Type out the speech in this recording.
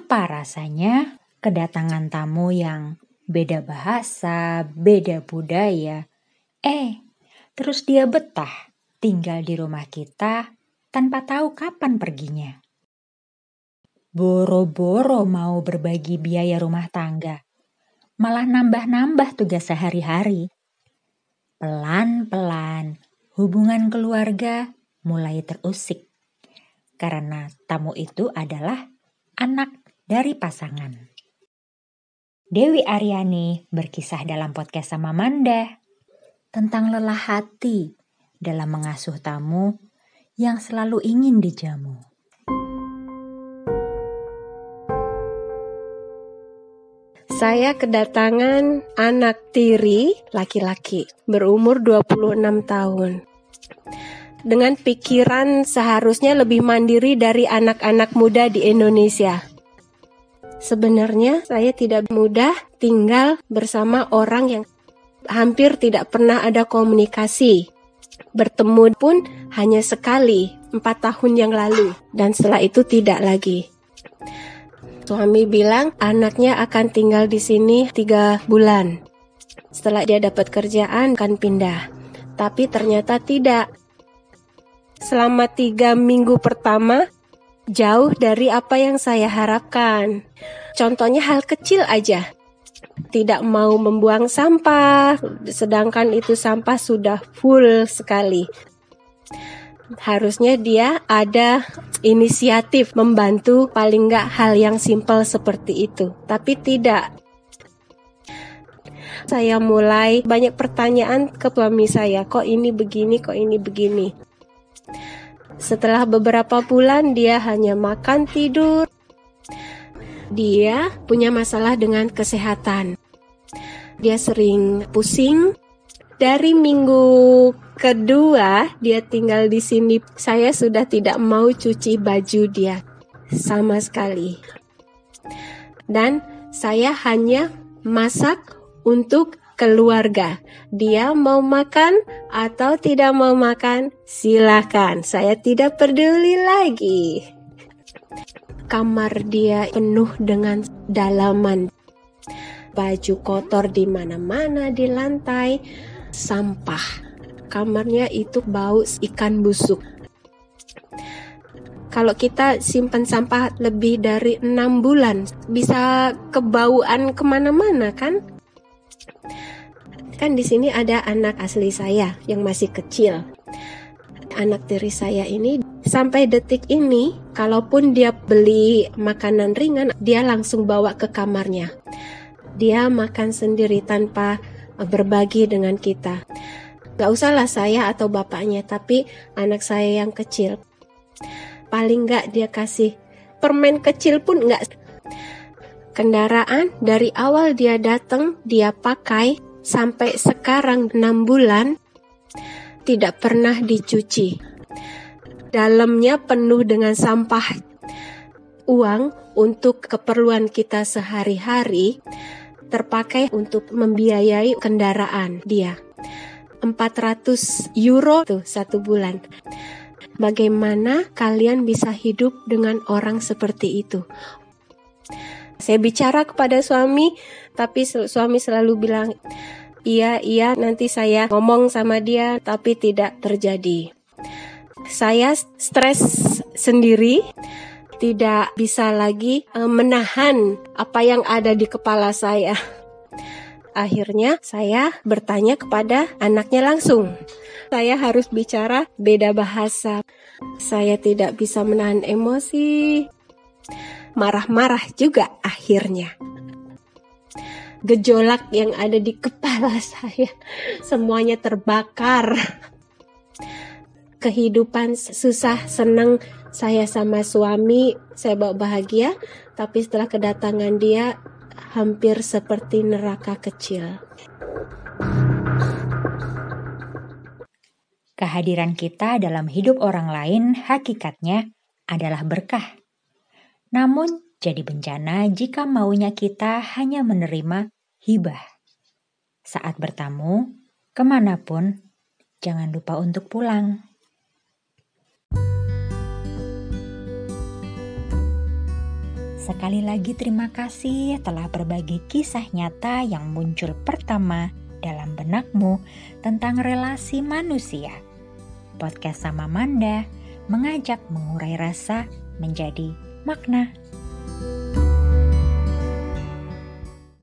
Apa rasanya kedatangan tamu yang beda bahasa, beda budaya, terus dia betah tinggal di rumah kita tanpa tahu kapan perginya. Boro-boro mau berbagi biaya rumah tangga, malah nambah-nambah tugas sehari-hari. Pelan-pelan hubungan keluarga mulai terusik karena tamu itu adalah anak dari pasangan. Dewi Aryani berkisah dalam podcast sama Manda tentang lelah hati dalam mengasuh tamu yang selalu ingin dijamu. Saya kedatangan anak tiri laki-laki berumur 26 tahun. Dengan pikiran seharusnya lebih mandiri dari anak-anak muda di Indonesia. Sebenarnya saya tidak mudah tinggal bersama orang yang hampir tidak pernah ada komunikasi. Bertemu pun hanya sekali 4 tahun yang lalu dan setelah itu tidak lagi. Suami bilang anaknya akan tinggal di sini 3 bulan. Setelah dia dapat kerjaan akan pindah. Tapi ternyata tidak. Selama 3 minggu pertama, jauh dari apa yang saya harapkan. Contohnya hal kecil aja. Tidak mau membuang sampah, sedangkan itu sampah sudah full sekali. Harusnya dia ada inisiatif membantu paling nggak hal yang simpel seperti itu. Tapi tidak. Saya mulai banyak pertanyaan ke suami saya, kok ini begini, kok ini begini. Setelah beberapa bulan dia hanya makan tidur. Dia punya masalah dengan kesehatan. Dia sering pusing. Dari minggu kedua dia tinggal di sini, saya sudah tidak mau cuci baju dia sama sekali. Dan saya hanya masak untuk keluarga. Dia mau makan atau tidak mau makan, silakan. Saya tidak peduli lagi. Kamar dia penuh dengan dalaman. Baju kotor di mana-mana di lantai, sampah. Kamarnya itu bau ikan busuk. Kalau kita simpan sampah lebih dari 6 bulan, bisa kebauan kemana-mana kan? Kan di sini ada anak asli saya yang masih kecil. Anak tiri saya ini sampai detik ini, kalaupun dia beli makanan ringan, dia langsung bawa ke kamarnya. Dia makan sendiri tanpa berbagi dengan kita. Gak usahlah saya atau bapaknya, tapi anak saya yang kecil. Paling gak dia kasih permen kecil pun gak. Kendaraan dari awal dia datang, dia pakai, sampai sekarang 6 bulan tidak pernah dicuci. Dalamnya penuh dengan sampah. Uang untuk keperluan kita sehari-hari terpakai untuk membiayai kendaraan dia. 400 euro tuh 1 bulan. Bagaimana kalian bisa hidup dengan orang seperti itu? Saya bicara kepada suami, tapi suami selalu bilang, iya, nanti saya ngomong sama dia, tapi tidak terjadi. Saya stres sendiri, tidak bisa lagi menahan apa yang ada di kepala saya. Akhirnya saya bertanya kepada anaknya langsung. Saya harus bicara beda bahasa. Saya tidak bisa menahan emosi. Marah-marah juga akhirnya. Gejolak yang ada di kepala saya semuanya terbakar. Kehidupan susah, senang saya sama suami, saya bawa bahagia, tapi setelah kedatangan dia hampir seperti neraka kecil. Kehadiran kita dalam hidup orang lain hakikatnya adalah berkah. Namun jadi bencana jika maunya kita hanya menerima hibah. Saat bertamu, kemanapun, jangan lupa untuk pulang. Sekali lagi terima kasih telah berbagi kisah nyata yang muncul pertama dalam benakmu tentang relasi manusia. Podcast Sama Manda mengajak mengurai rasa menjadi makna.